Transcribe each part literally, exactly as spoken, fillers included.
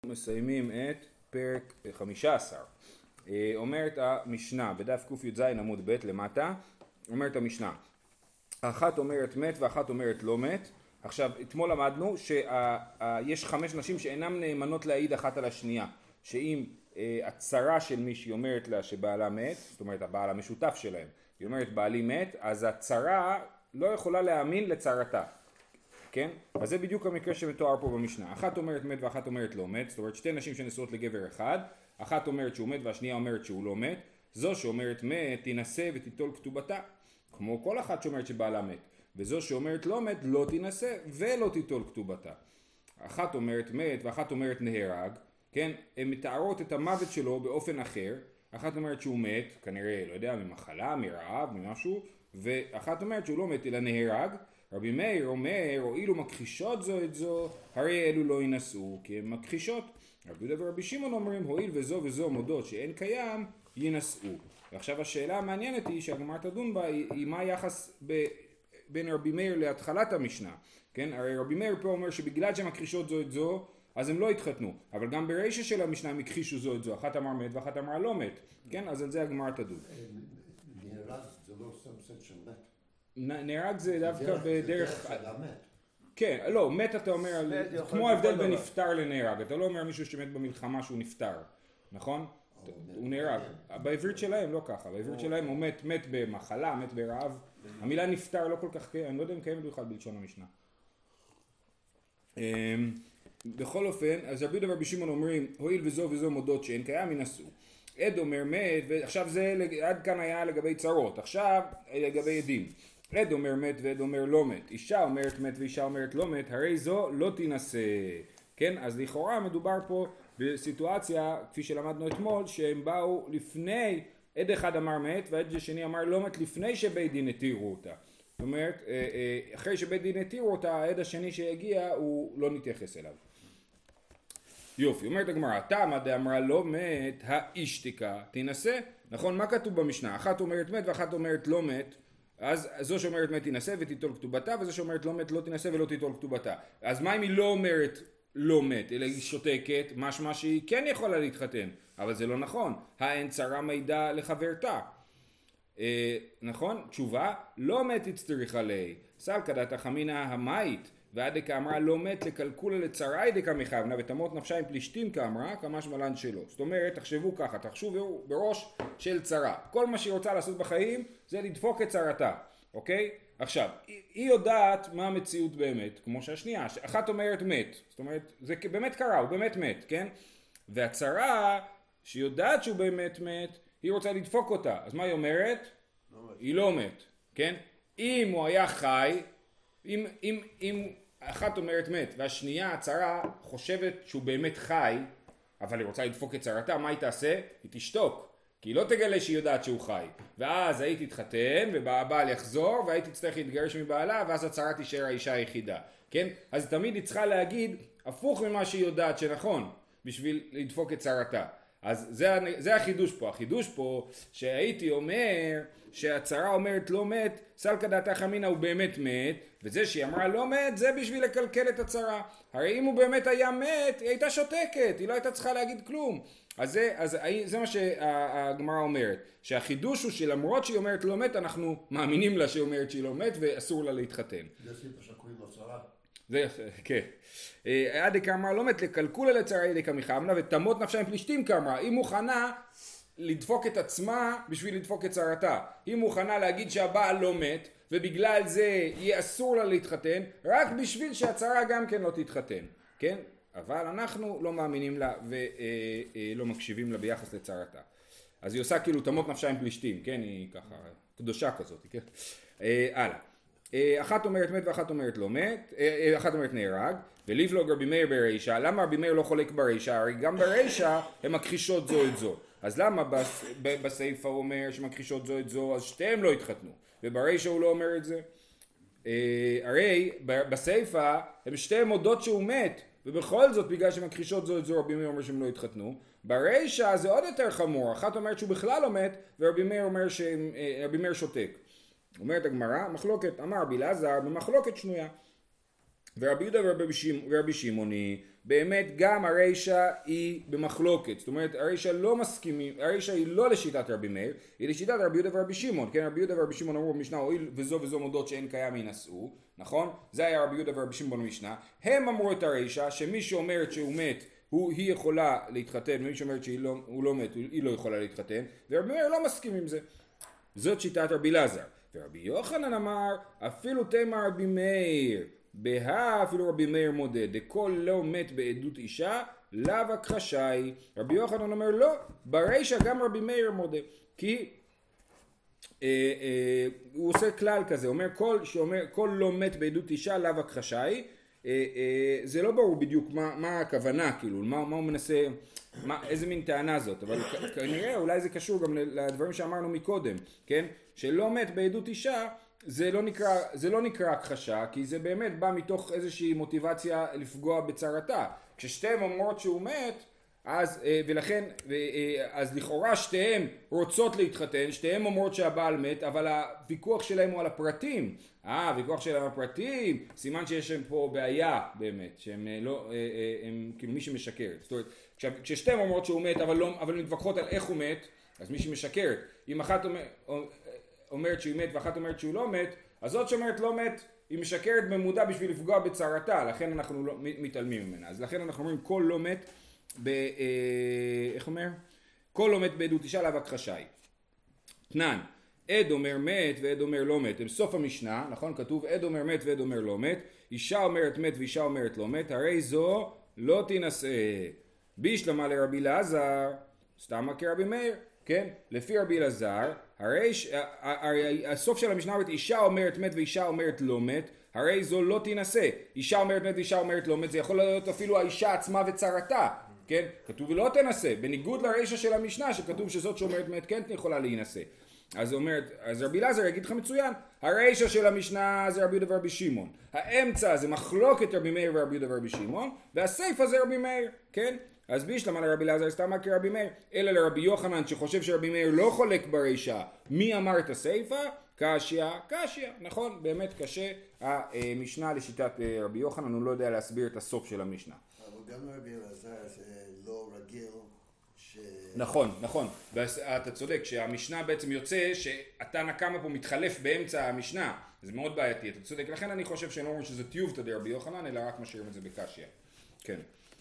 מסיימים את פרק חמישה עשר. אומרת המשנה בדף קי"ז עמוד ב' למטה, אומרת המשנה, אחת אומרת מת ואחת אומרת לא מת. עכשיו, אתמול למדנו שיש חמש נשים שאינן נאמנות להעיד אחת על השנייה, שאם הצרה של מישהי אומרת לה שבעלה מת, זאת אומרת הבעל המשותף שלהם, היא אומרת בעלי מת, אז הצרה לא יכולה להאמין לצרתה. כן? אז זה בדיוק המקרה שמתואר פה במשנה. אחת אומרת מת ואחת אומרת לא מת, זאת אומרת שתי נשים שנשואות לגבר אחד, אחת אומרת שהוא מת והשנייה אומרת שהוא לא מת. זו שאומרת מת תינשא ותיטול כתובתה, כמו כל אחת שאומרת שבעלה מת. וזו שאומרת לא מת לא תינשא ולא תיטול כתובתה. אחת אומרת מת ואחת אומרת נהרג, כן? הן מתארות את המוות שלו באופן אחר. אחת אומרת שהוא מת, כנראה, לא יודע, ממחלה, מרעב, ממשהו, ואחת אומרת שהוא לא מת אלא נהרג. רבי מאיר אומר, הואילו מכחישות זו את זו, הרי אלו לא ינסו, כי הן מכחישות. רבי יהודה ורבי שמעון אומרים, הואיל וזו וזו מודות שאין קיים, ינסו. ועכשיו השאלה המעניינת היא, שהגמרא תדון בה, היא, היא מה היחס ב, בין רבי מאיר להתחלת המשנה. כן? הרי רבי מאיר פה אומר שבגלל שהן מכחישות זו את זו, אז הם לא התחתנו. אבל גם ברישה של המשנה הם הכחישו זו את זו, אחת אמר מת ואחת אמרה לא מת. כן? אז על זה הגמרא תדון. נהרג זה לא סמסד של מת. נהרג זה דווקא בדרך... כן, לא, מת אתה אומר, כמו ההבדל בין נפטר לנהרג, אתה לא אומר מישהו שמת במלחמה שהוא נפטר, נכון? הוא נהרג. בעברית שלהם לא ככה, בעברית שלהם הוא מת, מת במחלה, מת ברעב. המילה נפטר לא כל כך, אני לא יודע אם קיימת בכלל בלשון המשנה. בכל אופן, אז רבי יהודה ורבי שמעון אומרים, הואיל וזו וזו מודות שאין קיים, ינסו. עד אומר מת, ועכשיו זה, עד כאן היה לגבי צרות, עכשיו לגבי עדים. עד אומר מת ועד אומר לא מת, אישה אומרת מת ואישה אומרת לא מת, הרי זו לא תינשא. כן, אז לכאורה מדובר פה בסיטואציה, כפי שלמדנו אתמול, שהם באו לפני, עד אחד אמר מת ועד השני אמר לא מת לפני שבית דין התירו אותה. זאת אומרת, אחרי שבית דין התירו אותה, העד השני שהגיע הוא לא נתייחס אליו. יופי, אומרת הגמרא, תמה דאמרה לא מת, האשתיקה תינשא. נכון, מה כתוב במשנה? אחת אומרת מת ואחת אומרת לא מת, אז זו שאומרת מת תינשא ותיטול כתובתה, וזו שאומרת לא מת לא תינשא ולא תיטול כתובתה. אז מה אם היא לא אומרת לא מת, אלא היא שותקת, משמע שהיא כן יכולה להתחתן, אבל זה לא נכון. האין צרה מידע לחברתה. אה, נכון? תשובה, לא מת תצטריך עלי. סלקא דתא חמינא המאית, ועד אמרה לא מת לקלקולה לצרי דקא מחבנה, ותמות נפשה עם פלישתים כאמרה, כמה שמלן שלו. זאת אומרת, תחשבו ככה, תחשבו בראש של צרה. כל מה שהיא רוצה לעשות בחיים זה לדפוק את צרתה, אוקיי? עכשיו, היא יודעת מה המציאות באמת, כמו שהשנייה, אחת אומרת מת, זאת אומרת, זה באמת קרה, הוא באמת מת, כן? והצרה, שהיא יודעת שהוא באמת מת, היא רוצה לדפוק אותה. אז מה היא אומרת? לא היא לא מת, כן? אם הוא היה חי, אם, אם, אם אחת אומרת מת והשנייה הצרה חושבת שהוא באמת חי, אבל היא רוצה לדפוק את צרתה, מה היא תעשה? היא תשתוק, כי היא לא תגלה שהיא יודעת שהוא חי. ואז היית תתחתן והבעל יחזור והיית תצטרך להתגרש מבעלה, ואז הצרה תישאר האישה היחידה, כן? אז תמיד היא צריכה להגיד הפוך ממה שהיא יודעת שנכון, בשביל לדפוק את צרתה. אז זה, זה החידוש פה. החידוש פה שהייתי אומר שהצרה אומרת לא מת, סלקא דתא חמינא הוא באמת מת, וזה שהיא אמרה לא מת זה בשביל לקלקל את הצרה. הרי אם הוא באמת היה מת, היא הייתה שותקת, היא לא הייתה צריכה להגיד כלום. אז זה, אז זה מה שהגמרא אומרת, שהחידוש הוא שלמרות שהיא אומרת לא מת, אנחנו מאמינים לה שהיא אומרת שהיא לא מת ואסור לה להתחתן. זה סיפור שקוראים לו צרה. זה, כן. עד כאמרה לא מת לקלקולה לצרי דקא מחבנה, ותמות נפשה עם פלישתים כאמרה. היא מוכנה לדפוק את עצמה בשביל לדפוק את צרתה. היא מוכנה להגיד שהבעל לא מת, ובגלל זה יהיה אסור לה להתחתן, רק בשביל שהצרה גם כן לא תתחתן. כן? אבל אנחנו לא מאמינים לה ולא מקשיבים לה ביחס לצרתה. אז היא עושה כאילו תמות נפשה עם פלישתים, כן? היא ככה קדושה כזאת, כן? הלאה. אחת אומרת מת ואחת אומרת לא מת, אחת אומרת נהרג, ולבלוג רבי מאיר ברישה. למה רבי מאיר לא חולק ברישה? הרי גם ברישה הם מכחישות זו את זו. אז למה בסעיף הוא אומר שמכחישות זו את זו, אז שתיהם לא התחתנו, וברישה הוא לא אומר את זה? הרי בסעיף הם שתיהם מודות שהוא מת, ובכל זאת בגלל שמכחישות זו את זו רבי מאיר אומר שהם לא התחתנו. ברישה זה עוד יותר חמור, אחת אומרת שהוא בכלל לא מת, ורבי מאיר אומר שרבי מאיר שותק. אומרת הגמרא, מחלוקת, אמר רבי אלעזר במחלוקת שנויה. ורבי יהודה ורבי שמעוני באמת גם הרישה היא במחלוקת, זאת אומרת הרישה לא מסכימים, הרישה היא לא לשיטת רבי מאיר, היא לשיטת רבי יהודה ורבי שמעון, כן, רבי יהודה ורבי שמעון אמרו במשנה הואיל וזו וזו מודות שאין קיים יינשאו, נכון? זה היה רבי יהודה ורבי שמעון במשנה, הם אמרו את הרישה שמי שאומרת שהוא מת הוא, היא יכולה להתחתן, ומי שאומרת שהוא לא, לא מת היא לא יכולה להתחתן, ורבי מאיר לא מסכים עם זה. זאת שיטת רבי אלעזר. ורבי יוחנן אמר אפילו תימא רבי מאיר בהא אפילו רבי מאיר מודה דכל לא מת בעדות אישה לאו הכחשי. רבי יוחנן אומר לא, ברישה גם רבי מאיר מודה, כי אה, אה, הוא עושה כלל כזה, אומר כל שאומר כל לא מת בעדות אישה לאו הכחשי. אה, אה, זה לא ברור בדיוק מה, מה הכוונה, כאילו מה, מה הוא מנסה, מה, איזה מין טענה זאת, אבל כנראה אולי זה קשור גם לדברים שאמרנו מקודם, כן? שלא מת בעדות אישה זה לא נקרא, זה לא נקרא הכחשה, כי זה באמת בא מתוך איזושהי מוטיבציה לפגוע בצרתה. כששתיהם אומרות שהוא מת, אז, ולכן, אז לכאורה שתיהם רוצות להתחתן, שתיהם אומרות שהבעל מת, אבל הוויכוח שלהם הוא על הפרטים. אה, הוויכוח שלהם על הפרטים, סימן שיש להם פה בעיה באמת, שהם לא, הם כאילו מי שמשקרת. זאת אומרת, כששתיהם אומרות שהוא מת, אבל לא, אבל מתווכחות על איך הוא מת, אז מי שמשקרת. אם אחת אומרת, אומרת שהוא מת ואחת אומרת שהוא לא מת, אז זאת שאומרת לא מת, היא משקרת במודע בשביל לפגוע בצרתה, לכן אנחנו לא, מתעלמים ממנה. אז לכן אנחנו אומרים כל לא מת, ב, אה, איך אומר? כל לא מת בעדות אישה לאו הכחשי. תנן, עד אומר מת ועד אומר לא מת, הם סוף המשנה, נכון? כתוב עד אומר מת ועד אומר לא מת, אישה אומרת מת ואישה אומרת לא מת, הרי זו לא תינשא. בישלמה לרבי אלעזר, סתם כרבי מאיר, כן? לפי רבי אלעזר, הרי, הרי הסוף של המשנה אומרת אישה אומרת מת ואישה אומרת לא מת, הרי זו לא תינשא. אישה אומרת מת ואישה אומרת לא מת, זה יכול להיות אפילו האישה עצמה וצרתה, כן? כתוב לא תנסה, בניגוד לרישה של המשנה שכתוב שזאת שאומרת מת כן יכולה להינשא. אז אומרת, אז רבי אלעזר יגיד לך מצוין, הרישה של המשנה זה רבי יהודה ורבי שמעון, האמצע זה מחלוקת רבי מאיר ורבי יהודה ורבי שמעון, והסייפה זה רבי מאיר, כן? אז בישלמה לרבי אלעזר סתם כרבי מאיר, אלא לרבי יוחנן שחושב שרבי מאיר לא חולק ברישה, מי אמר את הסייפה? קשיא, קשיא, נכון, באמת קשה המשנה לשיטת רבי יוחנן, הוא לא יודע להסביר את הסוף של המשנה. אבל גם רבי אלעזר זה לא רגיל ש... נכון, נכון, ואתה צודק שהמשנה בעצם יוצא שהתנא קמא פה מתחלף באמצע המשנה, זה מאוד בעייתי, אתה צודק, לכן אני חושב שאני לא אומר שזה טיובתא דרבי יוחנן, אלא רק משאירים את זה בקשיא. כן.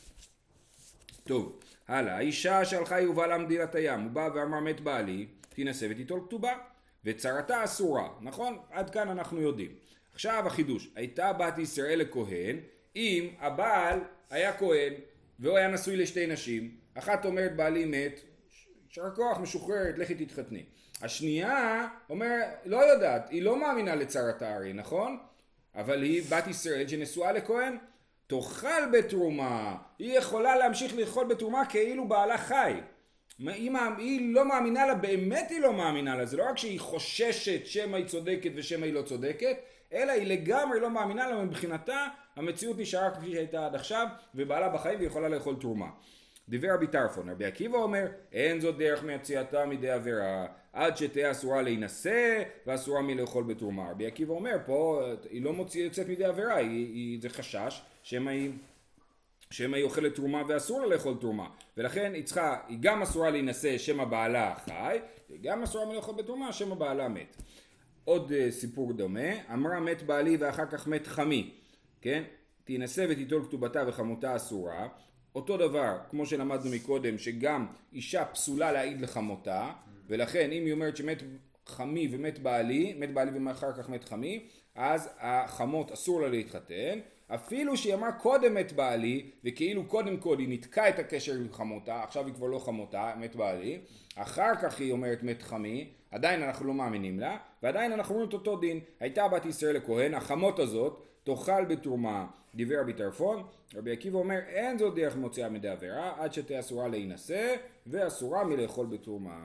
טוב, הלאה, האישה שהלכה יובלה למדינת הים, הוא בא ואמר מת בעלי, תינשא ותיטול כתובה, וצרתה אסורה, נכון? עד כאן אנחנו יודעים. עכשיו החידוש, הייתה בת ישראל לכהן, אם הבעל היה כהן, והוא היה נשוי לשתי נשים, אחת אומרת בעלי מת, שר כוח משוחררת, לכי תתחתני. השנייה אומר, לא יודעת, היא לא מאמינה לצרתה הרי, נכון? אבל היא בת ישראל שנשואה לכהן, תאכל בתרומה, היא יכולה להמשיך לאכול בתרומה כאילו בעלה חי. היא, היא לא מאמינה לה, באמת היא לא מאמינה לה, זה לא רק שהיא חוששת שמה היא צודקת ושמה היא לא צודקת, אלא היא לגמרי לא מאמינה לה, מבחינתה המציאות נשארה כפי שהייתה עד עכשיו, ובעלה בחיים והיא יכולה לאכול תרומה. דיבר רבי טרפון, רבי עקיבא אומר, אין זאת דרך מיציאתה מידי עבירה, עד שתהיה אסורה להינשא ואסורה מלאכול בתרומה. רבי עקיבא אומר, פה היא לא מוציא, יוצאת מידי עבירה, היא, היא, זה חשש שמה היא, שמה היא אוכלת תרומה ואסור לה לאכול תרומה. ולכן היא צריכה, היא גם אסורה להינשא שמה בעלה חי, וגם אסורה מלאכול בתרומה שמה בעלה מת. עוד uh, סיפור דומה, אמרה מת בעלי ואחר כך מת חמי, כן? תינשא ותיטול כתובתה וחמותה אסורה. אותו דבר, כמו שלמדנו מקודם, שגם אישה פסולה להעיד לחמותה, ולכן אם היא אומרת שמת חמי ומת בעלי, מת בעלי ואחר כך מת חמי, אז החמות אסור לה להתחתן, אפילו שהיא אמרה קודם מת בעלי, וכאילו קודם כל היא נתקעה את הקשר עם חמותה, עכשיו היא כבר לא חמותה, מת בעלי, אחר כך היא אומרת מת חמי, עדיין אנחנו לא מאמינים לה, ועדיין אנחנו אומרים את אותו דין, הייתה בת ישראל לכהן, החמות הזאת תאכל בתרומה, דיבר רבי טרפון, רבי עקיבא אומר אין זאת דרך מוציאה מידי עבירה, עד שתהיה אסורה להינשא, ואסורה מלאכול בתרומה.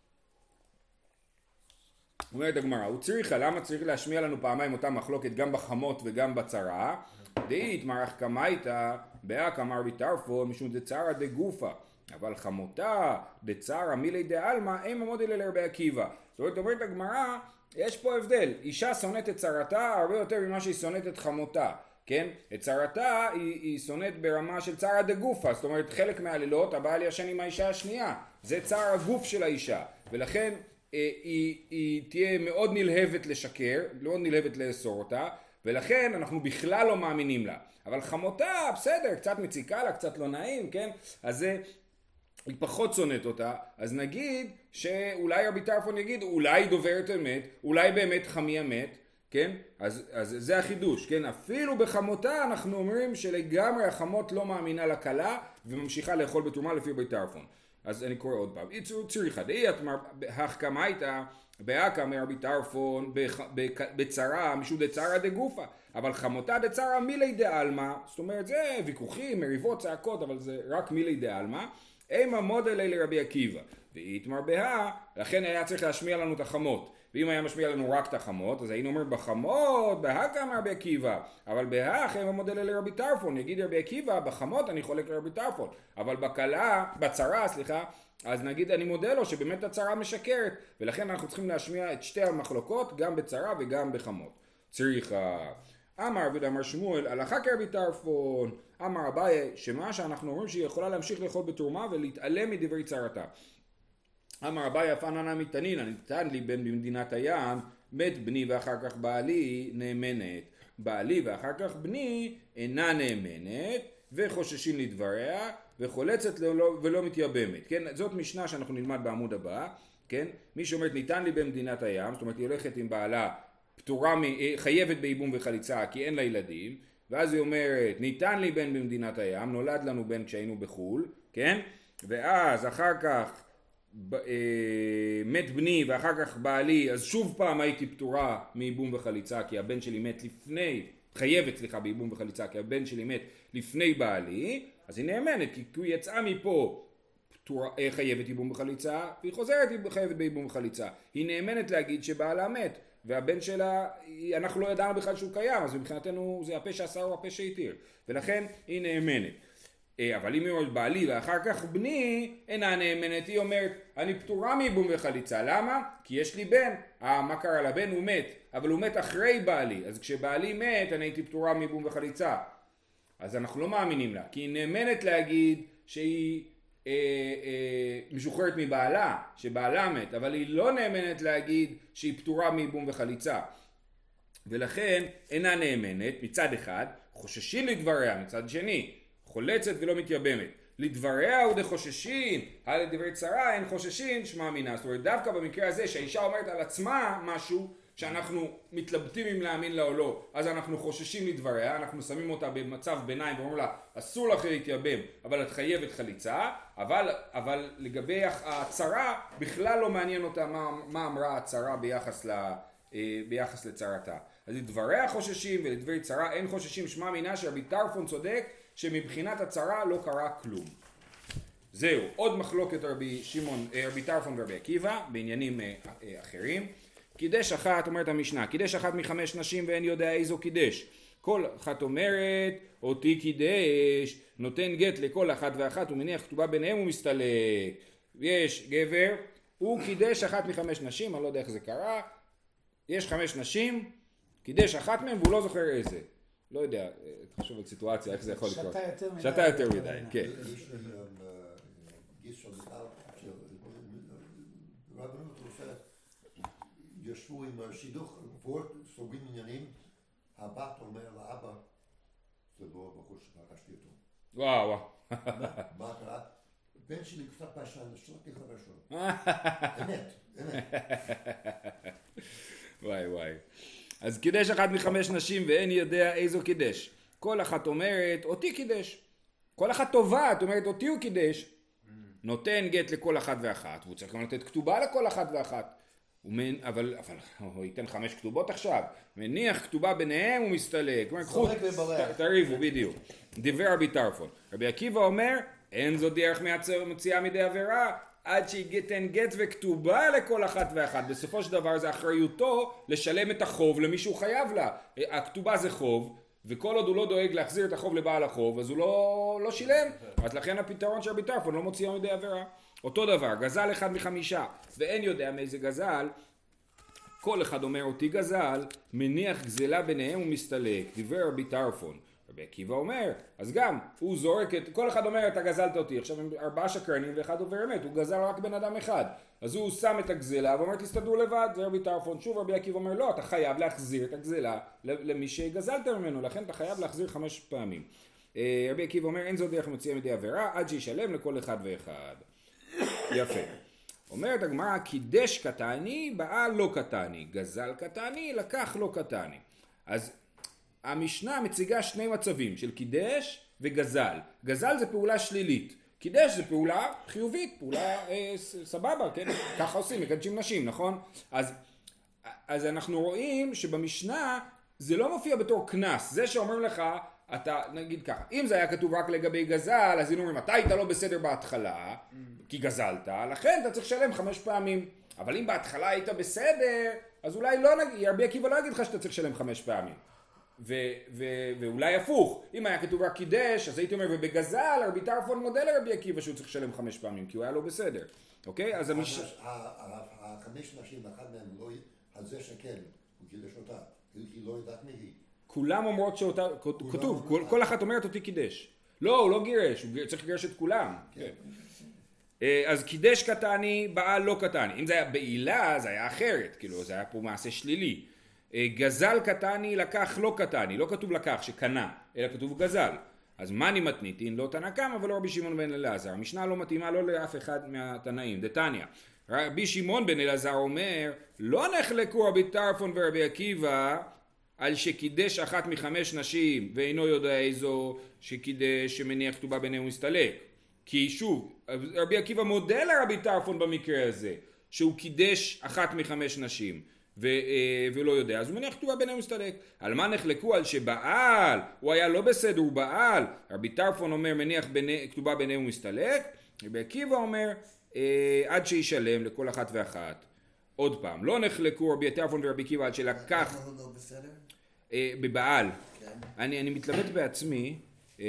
אומרת הגמרא, הוא צריכה, למה צריך להשמיע לנו פעמיים אותה מחלוקת גם בחמות וגם בצרה? דאית מרח קמייתא, באה כמר ביטרפון, משום דצרה דגופה, אבל חמותה דצרה מילי דעלמא, אין עמוד אלה לרבי עקיבא. זאת אומרת, אומרת הגמרא, יש פה הבדל, אישה שונאת את צרתה הרבה יותר ממה שהיא שונאת את חמותה. כן? את צרתה היא, היא שונאת ברמה של צער דגופה, זאת אומרת חלק מהלילות הבעל ישן עם האישה השנייה, זה צער הגוף של האישה, ולכן אה, היא, היא תהיה מאוד נלהבת לשקר, מאוד נלהבת לאסור אותה, ולכן אנחנו בכלל לא מאמינים לה. אבל חמותה, בסדר, קצת מציקה לה, קצת לא נעים, כן? אז זה, היא פחות שונאת אותה, אז נגיד שאולי רבי טרפון יגיד, אולי דוברת אמת, אולי באמת חמי אמת, כן? אז, אז זה החידוש, כן? אפילו בחמותה אנחנו אומרים שלגמרי החמות לא מאמינה לכלה, וממשיכה לאכול בתרומה לפי רבי טרפון. אז אני קורא עוד פעם. איצו צריכה דאי, החכמה הייתה, בהקה מרבי טרפון, בצרה, משום דצרה דגופה, אבל חמותה דצרה מילי דעלמא, זאת אומרת זה ויכוחים, מריבות, צעקות, אבל זה רק מילי דעלמא, אימה מודלי לרבי עקיבא, ואיתמר בה, לכן היה צריך להשמיע לנו את החמות, ואם היה משמיע לנו רק את החמות, אז היינו אומרים בחמות, בהקה מרבי עקיבא, אבל בהך אימה מודלי לרבי טרפון, יגיד רבי עקיבא, בחמות אני חולק לרבי טרפון, אבל בקלה, בצרה, סליחה, אז נגיד אני מודה לו שבאמת הצרה משקרת, ולכן אנחנו צריכים להשמיע את שתי המחלוקות, גם בצרה וגם בחמות. צריכה. אמר ודאמר שמואל, הלכה כרבי טרפון, אמר אביי, שמה שאנחנו אומרים שהיא יכולה להמשיך לאכול בתרומה ולהתעלם מדברי צרתה. אמר אביי, אף עננה מתנין, ניתן לי בן במדינת הים, מת בני ואחר כך בעלי נאמנת. בעלי ואחר כך בני אינה נאמנת, וחוששים לדבריה, וחולצת ולא, ולא מתייבמת. כן? זאת משנה שאנחנו נלמד בעמוד הבא. כן? מי שאומרת ניתן לי במדינת הים, זאת אומרת היא הולכת עם בעלה, פטורה, חייבת בייבום וחליצה כי אין לה ילדים, ואז היא אומרת ניתן לי בן במדינת הים, נולד לנו בן כשהיינו בחול, כן? ואז אחר כך ב, אה, מת בני ואחר כך בעלי, אז שוב פעם הייתי פטורה מייבום וחליצה כי הבן שלי מת לפני, חייבת סליחה בייבום וחליצה כי הבן שלי מת לפני בעלי, אז היא נאמנת כי היא יצאה מפה פטורה, אה, חייבת ייבום וחליצה והיא חוזרת חייבת בייבום וחליצה, היא נאמנת להגיד שבעלה מת והבן שלה, אנחנו לא ידענו בכלל שהוא קיים, אז מבחינתנו זה הפה שעשה או הפה שהתיר, ולכן היא נאמנת. אבל אם היא אומרת בעלי ואחר כך בני, אינה נאמנת, היא אומרת, אני פטורה מייבום וחליצה, למה? כי יש לי בן, אה, מה קרה לבן? הוא מת, אבל הוא מת אחרי בעלי, אז כשבעלי מת, אני הייתי פטורה מייבום וחליצה. אז אנחנו לא מאמינים לה, כי היא נאמנת להגיד שהיא אה, אה, משוחררת מבעלה, שבעלה מת, אבל היא לא נאמנת להגיד שהיא פטורה מייבום וחליצה. ולכן אינה נאמנת מצד אחד, חוששים לדבריה מצד שני, חולצת ולא מתייבמת. לדבריה הוא דחוששים, על דברי צרה אין חוששים, שמע מינה. זאת אומרת דווקא במקרה הזה שהאישה אומרת על עצמה משהו שאנחנו מתלבטים אם להאמין לה או לא, אז אנחנו חוששים לדבריה, אנחנו שמים אותה במצב ביניים ואומרים לה אסור לך להתייבם אבל את חייבת חליצה, אבל, אבל לגבי הצרה בכלל לא מעניין אותה מה, מה אמרה הצרה ביחס, ל, ביחס לצרתה. אז לדבריה חוששים ולדברי צרה אין חוששים, שמע מינה שרבי טרפון צודק שמבחינת הצרה לא קרה כלום. זהו, עוד מחלוקת רבי שמעון, רבי טרפון ורבי עקיבא בעניינים אחרים. קידש אחת, אומרת המשנה, קידש אחת מחמש נשים ואין יודע איזו קידש. כל אחת אומרת, אותי קידש, נותן גט לכל אחת ואחת ומניח כתובה ביניהם ומסתלק. יש גבר, הוא קידש אחת מחמש נשים, אני לא יודע איך זה קרה, יש חמש נשים, קידש אחת מהם והוא לא זוכר איזה. לא יודע, תחשוב על סיטואציה, איך זה יכול לקרות. שתה יותר מדי. שתה יותר מדי, כן. ישבו עם שידוך, וורט, סוגרים עניינים, הבת אומר לאבא, זה לא בחור שפגשתי אותו. וואו, וואו. מה קרה? בן שלי קצת פשען, שלחתי חדשות. אמת, אמת. וואי וואי. אז קידש אחת מחמש נשים ואין יודע איזו קידש. כל אחת אומרת, אותי קידש. כל אחת טובה, את אומרת, אותי הוא קידש. נותן גט לכל אחת ואחת, והוא צריך גם לתת כתובה לכל אחת ואחת. ומנ... אבל, אבל הוא ייתן חמש כתובות עכשיו, מניח כתובה ביניהם ומסתלק, סורק ובורח. תריבו בדיוק. דיבר רבי טרפון. רבי עקיבא אומר, אין זו דרך מציאה מדי עבירה, עד שיתן גט וכתובה לכל אחת ואחת. בסופו של דבר זה אחריותו לשלם את החוב למישהו חייב לה. הכתובה זה חוב, וכל עוד הוא לא דואג להחזיר את החוב לבעל החוב, אז הוא לא, לא שילם. אז לכן הפתרון של רבי טרפון לא מוציאה מדי עבירה. אותו דבר, גזל אחד מחמישה, ואין יודע מאיזה גזל, כל אחד אומר אותי גזל, מניח גזלה ביניהם ומסתלק, דיבר רבי טרפון. רבי עקיבא אומר, אז גם, הוא זורק את, כל אחד אומר, אתה גזלת אותי, עכשיו הם ארבעה שקרנים ואחד עובר אמת, הוא גזל רק בן אדם אחד. אז הוא שם את הגזלה ואומר, תסתדרו לבד, זה רבי טרפון. שוב רבי עקיבא אומר, לא, אתה חייב להחזיר את הגזלה למי שגזלת ממנו, לכן אתה חייב להחזיר חמש פעמים. רבי עקיבא אומר, אין זו דרך מוציאה מידי עבירה, עד שישלם לכל אחד ואחד. יפה. אומרת הגמרא, קידש קטני, בעל לא קטני, גזל קטני, לקח לא קטני. אז המשנה מציגה שני מצבים של קידש וגזל. גזל זה פעולה שלילית, קידש זה פעולה חיובית, פעולה אה, סבבה, כן? ככה עושים, מקדשים נשים, נכון? אז, אז אנחנו רואים שבמשנה זה לא מופיע בתור כנס, זה שאומר לך, אתה נגיד ככה, אם זה היה כתוב רק לגבי גזל, אז היינו אומרים, אתה היית לא בסדר בהתחלה, כי גזלת, לכן אתה צריך לשלם חמש פעמים. אבל אם בהתחלה היית בסדר, אז אולי לא נגיד, רבי עקיבא לא יגיד לך שאתה צריך לשלם חמש פעמים. ו- ו- ואולי הפוך, אם היה כתוב רק קידש, אז הייתי אומר, ובגזל, רבי טרפון מודה לרבי עקיבא שהוא צריך לשלם חמש פעמים, כי הוא היה לא בסדר. אוקיי? אז המש... החמש נשים, אחד מהם לא, הזה שכן, הוא קידש אותה, כי לא יודעת מי היא. כולם אומרות שאותה, כתוב, כל, כל אחת אומרת אותי קידש. לא, הוא לא גירש, הוא צריך לגרש את כולם. כן. אז קידש קטני, בעל לא קטני. אם זה היה בעילה, זה היה אחרת, כאילו, זה היה פה מעשה שלילי. גזל קטני, לקח לא קטני, לא כתוב לקח, שקנה, אלא כתוב גזל. אז מה אני מתניתין? לא תנא קמא ולא רבי שמעון בן אלעזר. המשנה לא מתאימה לא לאף אחד מהתנאים. דתניא. רבי שמעון בן אלעזר אומר, לא נחלקו רבי טרפון ורבי עקיבא, על שקידש אחת מחמש נשים ואינו יודע איזו שקידש שמניח כתובה ביניהם ומסתלק. כי שוב, רבי עקיבא מודה לרבי טרפון במקרה הזה, שהוא קידש אחת מחמש נשים ו- ולא יודע, אז הוא מניח כתובה ביניהם ומסתלק. על מה נחלקו? על שבעל, הוא היה לא בסדר, הוא בעל. רבי טרפון אומר מניח ביני, כתובה ביניהם ומסתלק, רבי עקיבא אומר אה, עד שישלם לכל אחת ואחת. עוד פעם, לא נחלקו רבי טרפון ורבי עקיבא עד שלקח... למה הוא לא בסדר? אה, בבעל. כן. אני, אני מתלבט בעצמי. אה,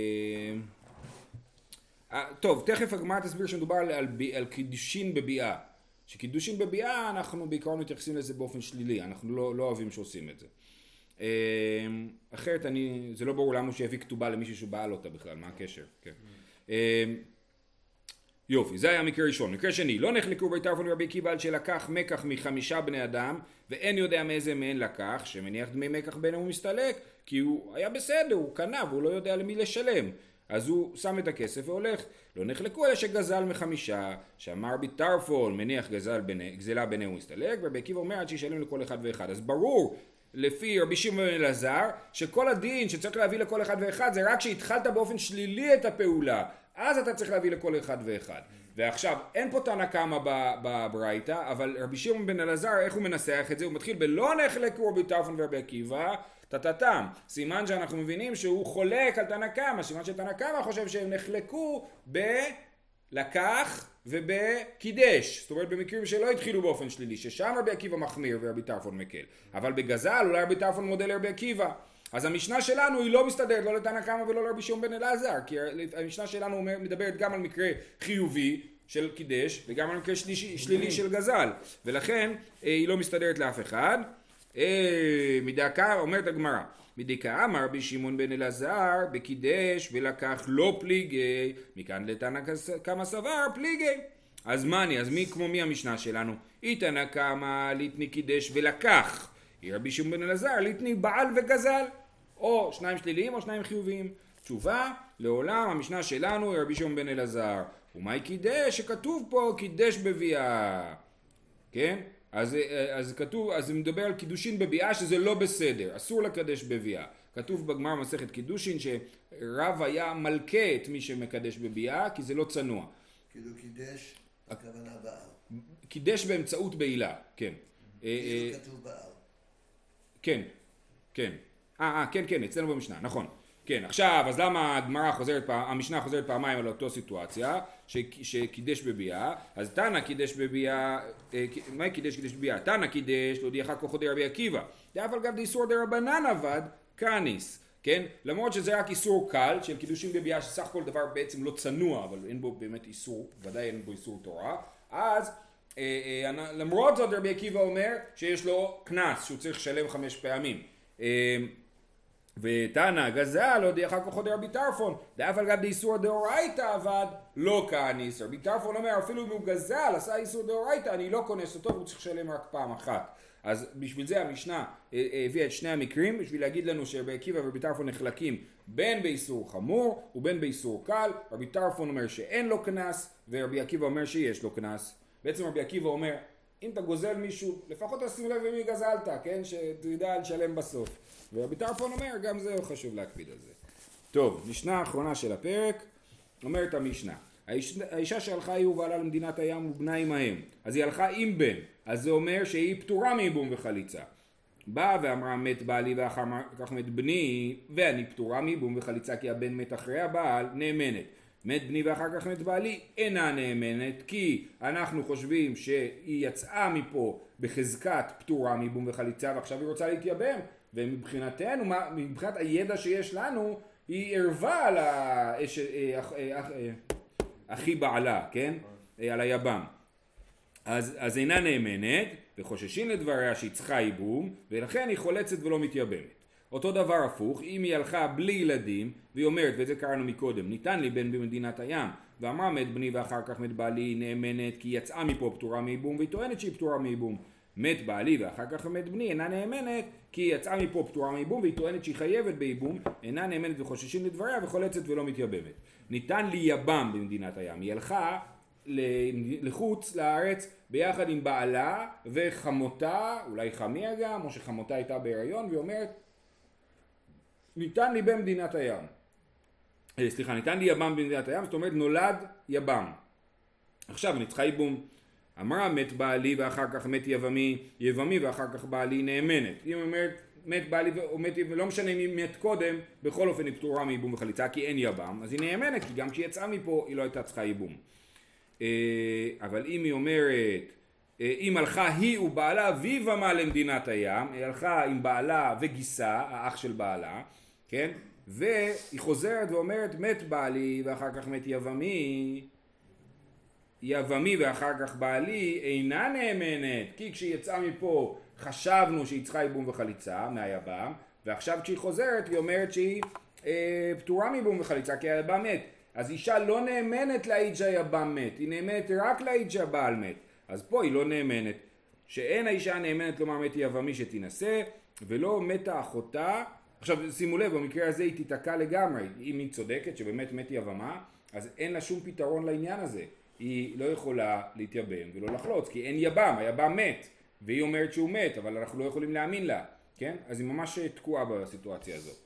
אה, טוב, תכף הגמרא תסביר שמדובר על, על, על קידושין בביאה. שקידושין בביאה אנחנו בעיקרון מתייחסים לזה באופן שלילי, אנחנו לא, לא אוהבים שעושים את זה. אה, אחרת אני, זה לא ברור למה שיביא כתובה למישהו שבעל אותה בכלל, מה הקשר? כן. אה, יופי, זה היה מקרה ראשון. מקרה שני, לא נחלקו רבי טרפון ורבי עקיבא על שלקח מקח מחמישה בני אדם, ואין יודע מאיזה מהן לקח, שמניח דמי מקח ביניהם ומסתלק, כי הוא היה בסדר, הוא קנה והוא לא יודע למי לשלם. אז הוא שם את הכסף והולך. לא נחלקו אלא שגזל מחמישה, שאמר רבי טרפון מניח גזל ביני, גזלה ביניהם ומסתלק, ורבי עקיבא אומר עד שישלם לכל אחד ואחד. אז ברור, לפי רבי שמעון בן אלעזר, שכל הדין שצריך להביא לכל אחד ואחד זה רק שהתחלת באופן שלילי את הפעולה. אז אתה צריך להביא לכל אחד ואחד. ועכשיו, אין פה תנא קמא בברייתא, אבל רבי שמעון בן אלעזר, איך הוא מנסח את זה? הוא מתחיל בלא נחלקו רבי טרפון ורבי עקיבא, טטטם. סימן שאנחנו מבינים שהוא חולק על תנא קמא, סימן שתנא קמא חושב שהם נחלקו בלקח ובקידש. זאת אומרת, במקרים שלא התחילו באופן שלילי, ששם רבי עקיבא מחמיר ורבי טרפון מקל. אבל בגזל אולי רבי טרפון מודה לרבי עקיבא. אז המשנה שלנו היא לא מסתדרת לא לתנא קמא ולא לרבי שמעון בן אלעזר, כי המשנה שלנו מדברת גם על מקרה חיובי של קידש וגם על מקרה שלישי, שלילי של גזל, ולכן היא לא מסתדרת לאף אחד. מדקה אומרת הגמרא, מדקה אמר רבי שמעון בן אלעזר בקידש ולקח לא פליגי, מכאן לתנא קמא סבר פליגי. אז מה אני, אז מי כמו מי המשנה שלנו? היא תנא קמא ליתני קידש ולקח, היא רבי שמעון בן אלעזר ליתני בעל וגזל, או שניים שליליים או שניים חיוביים. תשובה, לעולם המשנה שלנו היא רבי שמעון בן אלעזר. ומהי קידש? שכתוב פה קידש בביאה. כן? אז, אז כתוב, אז מדבר על קידושין בביאה שזה לא בסדר, אסור לקדש בביאה. כתוב בגמרא מסכת קידושין שרב היה מלכה את מי שמקדש בביאה כי זה לא צנוע. כאילו קידש, הכוונה בעל. קידש באמצעות בעילה, כן. כאילו כתוב בעל. כן, כן. אה, אה, כן, כן, אצלנו במשנה, נכון. כן, עכשיו, אז למה הגמרא חוזרת, המשנה חוזרת פעמיים על אותו סיטואציה, שקידש בביאה, אז תנא קידש בביאה, מה קידש קידש בביאה? תנא קידש, להודיעך כוחו דרבי עקיבא. דאף על גב דאיסור דרבנן עבד, קניס, כן? למרות שזה רק איסור קל, של קידושים בביאה, שסך הכל דבר בעצם לא צנוע, אבל אין בו באמת איסור, ודאי אין בו איסור תורה, אז למרות זאת רבי עקיבא אומר שיש לו קנס שהוא צריך לשלם חמש פעמים. ותנא גזל עוד אחר כך עוד רבי טרפון דאף על גב דאיסור דאורייתא עבד לא כאניס. רבי טרפון אומר אפילו אם הוא גזל עשה איסור דאורייתא אני לא כונס אותו הוא צריך לשלם רק פעם אחת. אז בשביל זה המשנה הביאה את שני המקרים בשביל להגיד לנו שרבי עקיבא ורבי טרפון נחלקים בין באיסור חמור ובין באיסור קל. רבי טרפון אומר שאין לו קנס ורבי עקיבא אומר שיש לו קנס. בעצם רבי עקיבא אומר אם אתה גוזל מישהו לפחות תשים לב למי גזלת, כן, שתדע לשלם בסוף. ורבי טרפון אומר גם זה חשוב להקפיד על זה. טוב, משנה האחרונה של הפרק אומרת המשנה האיש, האישה שהלכה היא ובעלה למדינת הים ובנה עמהם אז היא הלכה עם בן אז זה אומר שהיא פטורה מייבום וחליצה. באה ואמרה מת בעלי ואחר כך מת בני ואני פטורה מייבום וחליצה כי הבן מת אחרי הבעל נאמנת. מת בני ואחר כך מת בעלי אינה נאמנת כי אנחנו חושבים שהיא יצאה מפה בחזקת פטורה מייבום וחליצה ועכשיו היא רוצה להתייבם ומבחינתנו, מבחינת הידע שיש לנו היא ערבה על האש, אחי בעלה, כן? על היבם. אז, אז אינה נאמנת וחוששים לדבריה שהיא צריכה ייבום ולכן היא חולצת ולא מתייבמת. אותו דבר הפוך, אם היא הלכה בלי ילדים והיא אומרת, וזה קראנו מקודם, ניתן לי בן במדינת הים ואמרה מת בני ואחר כך מת בעלי היא נאמנת כי היא יצאה מפה פטורה מייבום והיא טוענת שהיא פטורה מייבום. מת בעלי ואחר כך מת בני אינה נאמנת כי היא יצאה מפה פטורה מייבום והיא טוענת שהיא חייבת בייבום אינה נאמנת וחוששים לדבריה וחולצת ולא מתייבמת. ניתן לי יבם במדינת הים, היא הלכה לחוץ לארץ ביחד עם בעלה וחמותה, אולי חמיה גם או שחמותה הייתה בהיריון והיא אומרת ניתן לי במדינת הים, סליחה ניתן לי יבם במדינת הים זאת אומרת נולד יבם עכשיו אני צריכה ייבום. אמרה מת בעלי ואחר כך מת יבמי, יבמי ואחר כך בעלי נאמנת. אם אומרת מת בעלי ומת, ולא משנה אם היא מת קודם, בכל אופן היא פטורה מייבום וחליצה כי אין יבם, אז היא נאמנת כי גם כשהיא יצאה מפה היא לא הייתה צריכה ייבום. אבל אם היא אומרת, אם הלכה היא ובעלה ויבמה למדינת הים, היא הלכה עם בעלה וגיסה, האח של בעלה, כן? והיא חוזרת ואומרת מת בעלי ואחר כך מת יבמי, יבמי ואחר כך בעלי אינה נאמנת כי כשהיא יצאה מפה חשבנו שהיא צריכה ייבום וחליצה מהיבם ועכשיו כשהיא חוזרת היא אומרת שהיא אה, פטורה מייבום וחליצה כי היבם מת. אז אישה לא נאמנת להעיד שהיבם מת, היא נאמנת רק להעיד שהבעל מת. אז פה היא לא נאמנת. שאין האישה נאמנת לומר מת יבמי שתינשא ולא מתה אחותה. עכשיו שימו לב במקרה הזה היא תתקע לגמרי אם היא צודקת שבאמת מת יבמה אז אין לה שום פתרון לעניין הזה. היא לא יכולה להתייבם ולא לחלוץ כי אין יבם, היבם מת והיא אומרת שהוא מת אבל אנחנו לא יכולים להאמין לה, כן? אז היא ממש תקועה בסיטואציה הזאת.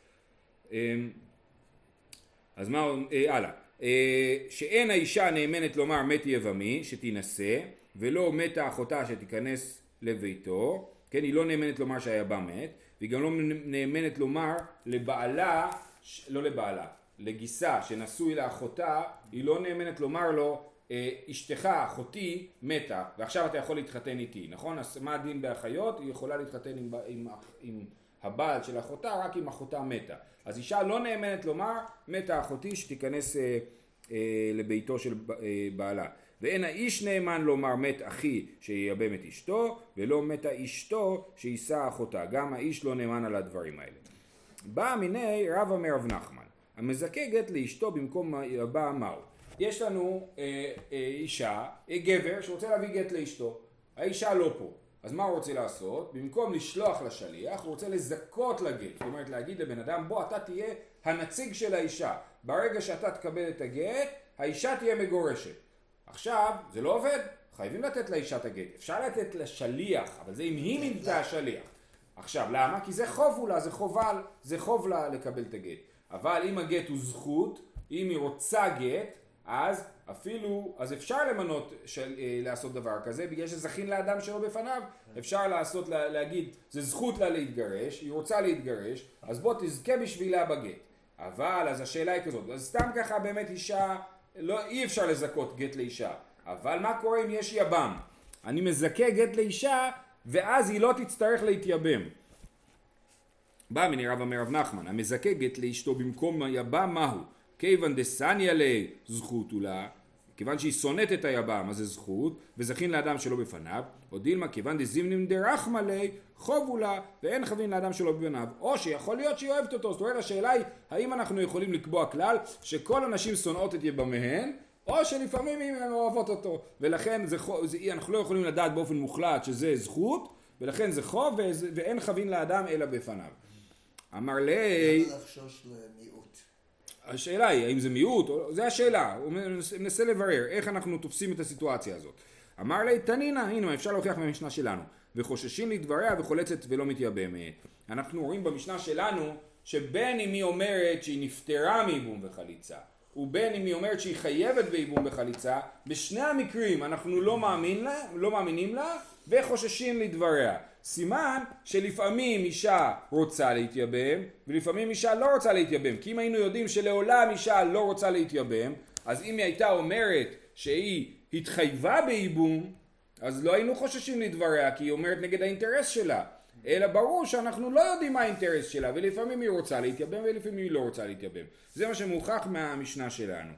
אז מה, הלאה, שאין האישה נאמנת לומר מת יבמי שתינשא ולא מתה אחותה שתיכנס לביתו, כן? היא לא נאמנת לומר שהיבם מת והיא גם לא נאמנת לומר לבעלה, לא לבעלה, לגיסה שנשוי לאחותה היא לא נאמנת לומר לו אשתך, אחותי, מתה, ועכשיו אתה יכול להתחתן איתי, נכון? אז מה הדין באחיות? היא יכולה להתחתן עם, עם, עם הבעל של אחותה, רק אם אחותה מתה. אז אישה לא נאמנת לומר, מתה אחותי שתיכנס אה, אה, לביתו של אה, בעלה. ואין האיש נאמן לומר מת אחי שיייבם את אשתו, ולא מתה אשתו שיישא אחותה. גם האיש לא נאמן על הדברים האלה. בא מיני רבא מרב נחמן, המזכה גט לאשתו במקום יבם מהו. יש לנו אה, אה, אישה, אה, גבר שרוצה להביא גט לאשתו, האישה לא פה, אז מה הוא רוצה לעשות? במקום לשלוח לשליח, הוא רוצה לזכות לגט, זאת אומרת להגיד לבן אדם בוא אתה תהיה הנציג של האישה, ברגע שאתה תקבל את הגט, האישה תהיה מגורשת. עכשיו, זה לא עובד, חייבים לתת לאישה את הגט, אפשר לתת לשליח, אבל זה אם היא מינתה השליח. עכשיו, למה? כי זה חוב אולה, זה חובל, זה חוב לה לקבל את הגט. אבל אם הגט הוא זכות, אם היא רוצה גט, אז אפילו, אז אפשר למנות של, אה, לעשות דבר כזה, בגלל שזכין לאדם שלו בפניו, אפשר לעשות, לה, להגיד, זה זכות לה להתגרש, היא רוצה להתגרש, אז בוא תזכה בשבילה בגט. אבל, אז השאלה היא כזאת, אז סתם ככה באמת אישה, לא, אי אפשר לזכות גט לאישה, אבל מה קורה אם יש יבם? אני מזכה גט לאישה, ואז היא לא תצטרך להתייבם. בא מני רבא מרב נחמן, המזכה גט לאשתו במקום יבם מהו? כיוון דסניה לי זכות אולה, כיוון שהיא שונאת את היבם, אז זה זכות, וזכין לאדם שלא בפניו, או דילמה, כיוון דזימנים דרחמא ליה, חובו לה, ואין חבין לאדם שלא בפניו. או שיכול להיות שהיא אוהבת אותו. זאת אומרת, השאלה היא, האם אנחנו יכולים לקבוע כלל שכל הנשים שונאות את יבמיהן, או שלפעמים הן אוהבות אותו. ולכן זה, זה, אנחנו לא יכולים לדעת באופן מוחלט שזה זכות, ולכן זה חוב, ואין חבין לאדם אלא בפניו. אמר לי... למה לחשוש למיעוט? השאלה היא, האם זה מיעוט? זה השאלה. הוא מנסה לברר איך אנחנו תופסים את הסיטואציה הזאת. אמר לי, תנינה, הנה, אפשר להוכיח מהמשנה שלנו. וחוששים לדבריה וחולצת ולא מתייבמת. אנחנו רואים במשנה שלנו, שבין אם היא אומרת שהיא נפטרה מייבום וחליצה, ובין אם היא אומרת שהיא חייבת בייבום וחליצה, בשני המקרים אנחנו לא, מאמין לה, לא מאמינים לה וחוששים לדבריה. סימן שלפעמים אישה רוצה להתייבם ולפעמים אישה לא רוצה להתייבם, כי אם היינו יודעים שלעולם אישה לא רוצה להתייבם, אז אם היא הייתה אומרת שהיא התחייבה בייבום, אז לא היינו חוששים לדבריה, כי היא אומרת נגד האינטרס שלה. אלא ברור שאנחנו לא יודעים מה האינטרס שלה, ולפעמים היא רוצה להתייבם ולפעמים היא לא רוצה להתייבם. זה מה שמוכח מהמשנה שלנו.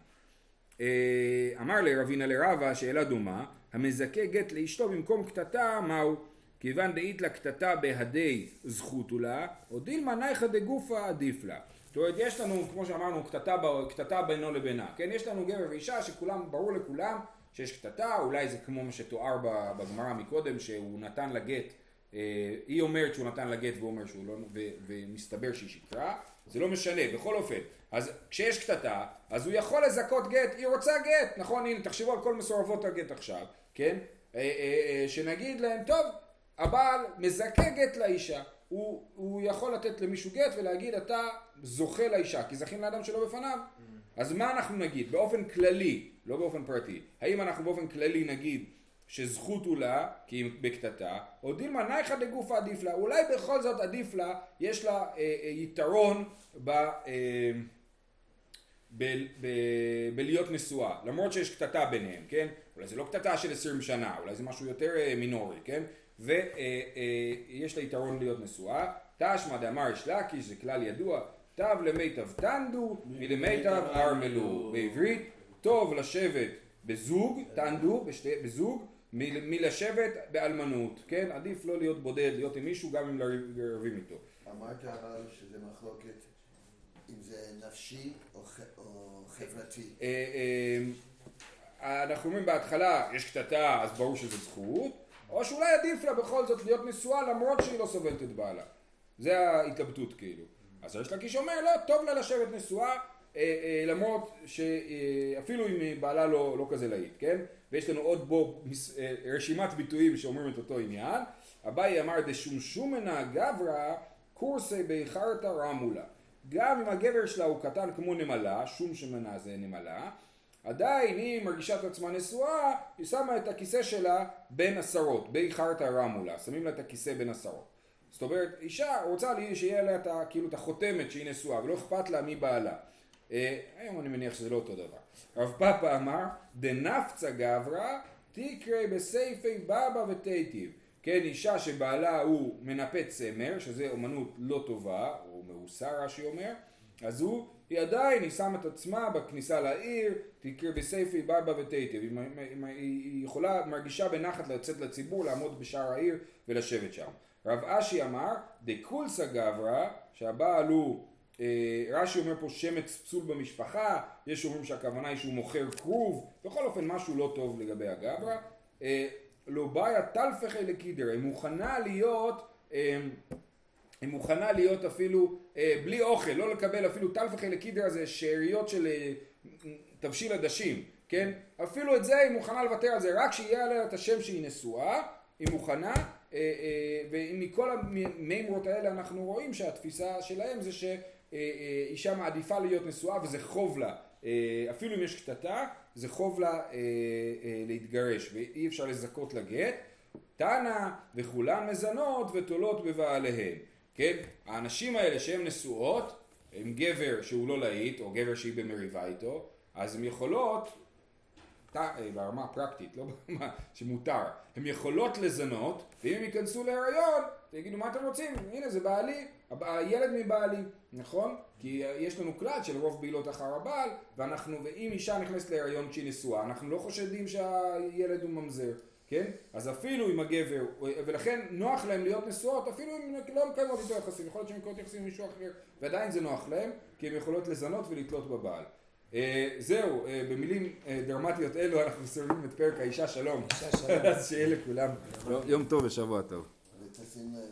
אמר לרבינה לרבה, שאלה דומה, המזכה גט לאשתו במקום קטטה, מהו? כיוון דאית לה קטטה בהדי זכותו לה, או דילמה נייחא דגופה עדיף לה. זאת אומרת, יש לנו, כמו שאמרנו, קטטה, קטטה בינו לבינה. כן, יש לנו גבר ואישה שכולם, ברור לכולם שיש קטטה, אולי זה כמו מה שתואר בגמרא מקודם, שהוא נתן לה גט, היא אומרת שהוא נתן לה גט והוא אומר שהוא לא, ו, ומסתבר שהיא שקרה, זה לא משנה, בכל אופן. אז כשיש קטטה, אז הוא יכול לזכות גט, היא רוצה גט, נכון? הנה, תחשבו על כל מסורבות הגט עכשיו, כן? שנגיד להם, טוב, הבעל מזכה גט לאישה, הוא, הוא יכול לתת למישהו גט ולהגיד, אתה זוכה לאישה, כי זכים לאדם שלא בפניו. אז מה אנחנו נגיד? באופן כללי, לא באופן פרטי. האם אנחנו באופן כללי נגיד שזכות הוא לה, כי היא בקטטה, או דילמה נייחא דגופה עדיף לה, אולי בכל זאת עדיף לה, יש לה אה, אה, יתרון ב, אה, ב, ב, בלהיות נשואה, למרות שיש קטטה ביניהם, כן? אולי זה לא קטטה של עשרים שנה, אולי זה משהו יותר אה, מינורי, כן? ויש לה יתרון להיות נשואה. תשמע דאמר יש לקיש, זה כלל ידוע, תב למיטב תנדו, מלמיטב ארמלו. בעברית, טוב לשבת בזוג, תנדו, בזוג, מלשבת באלמנות, כן? עדיף לא להיות בודד, להיות עם מישהו, גם אם לא רבים איתו. אמרת אבל שזה מחלוקת, אם זה נפשי או חברתי. אנחנו אומרים בהתחלה, יש קטטה, אז ברור שזה זכות, או שאולי עדיף לה בכל זאת להיות נשואה למרות שהיא לא סובלת את בעלה. זה ההתלבטות כאילו. אז יש לה קיש אומר, לא, טוב לה לשבת נשואה, אה, אה, למרות שאפילו אם בעלה לא, לא כזה להיט, כן? ויש לנו עוד בו מס, אה, רשימת ביטויים שאומרים את אותו עניין. אביי אמר דשומשומנה גברא קורסי ביחרתא רמולה. גם אם הגבר שלה הוא קטן כמו נמלה, שום שמנה זה נמלה, עדיין היא מרגישה את עצמה נשואה, היא שמה את הכיסא שלה בין עשרות, ביחרתא רמולה, שמים לה את הכיסא בין עשרות. זאת אומרת, אישה רוצה לי שיהיה לה את, כאילו, את החותמת שהיא נשואה, ולא אכפת לה מי בעלה. אה, היום אני מניח שזה לא אותו דבר. רב פאפא אמר, דנפצה גברא תקרא בסייפי בבא ותיטיב. כן, אישה שבעלה הוא מנפץ צמר, שזה אומנות לא טובה, או מאוסר רש"י אומר, אז הוא, היא עדיין, היא שמה את עצמה בכניסה לעיר, תקרא בסייפי בבא ותיטיב. היא, היא יכולה, מרגישה בנחת לצאת לציבור, לעמוד בשער העיר ולשבת שם. רב אשי אמר, דקולסה גברא, שהבעל הוא, אה, רש"י אומר פה שמץ פסול במשפחה, יש אומרים שהכוונה היא שהוא מוכר כרוב, בכל אופן משהו לא טוב לגבי הגברא, אה, לא בעיה תלפכי לקידר, היא מוכנה להיות, אה, היא מוכנה להיות אפילו אה, בלי אוכל, לא לקבל אפילו תלפכי לקידר, זה שאריות של אה, תבשיל עדשים, כן? אפילו את זה היא מוכנה לוותר על זה, רק שיהיה עליה את השם שהיא נשואה, היא מוכנה, ומכל המימרות האלה אנחנו רואים שהתפיסה שלהם זה שאישה מעדיפה להיות נשואה וזה חוב לה, אפילו אם יש קטטה זה חוב לה להתגרש ואי אפשר לזכות לגט. תנא וכולן מזנות ותולות בבעליהן, כן? האנשים האלה שהם נשואות, הם גבר שהוא לא להיט או גבר שהיא במריבה איתו, אז הם יכולות ברמה הפרקטית, לא ברמה שמותר, הן יכולות לזנות, ואם הם ייכנסו להיריון, תגידו מה אתם רוצים, הנה זה בעלי, הילד מבעלי, נכון? כי יש לנו כלל של רוב בעילות אחר הבעל, ואנחנו, ואם אישה נכנסת להיריון כשהיא נשואה, אנחנו לא חושדים שהילד הוא ממזר, כן? אז אפילו עם הגבר, ולכן נוח להם להיות נשואות, אפילו אם לא מקיימות איתו יחסים, יכול להיות שהם מקיימות יחסים עם מישהו אחר, ועדיין זה נוח להם, כי הם יכולות לזנות ולתלות בבעל. זהו, במילים דרמטיות אלו אנחנו מסיימים את פרק האישה שלום. אישה שלום. אז שיהיה לכולם יום טוב ושבוע טוב. ותשים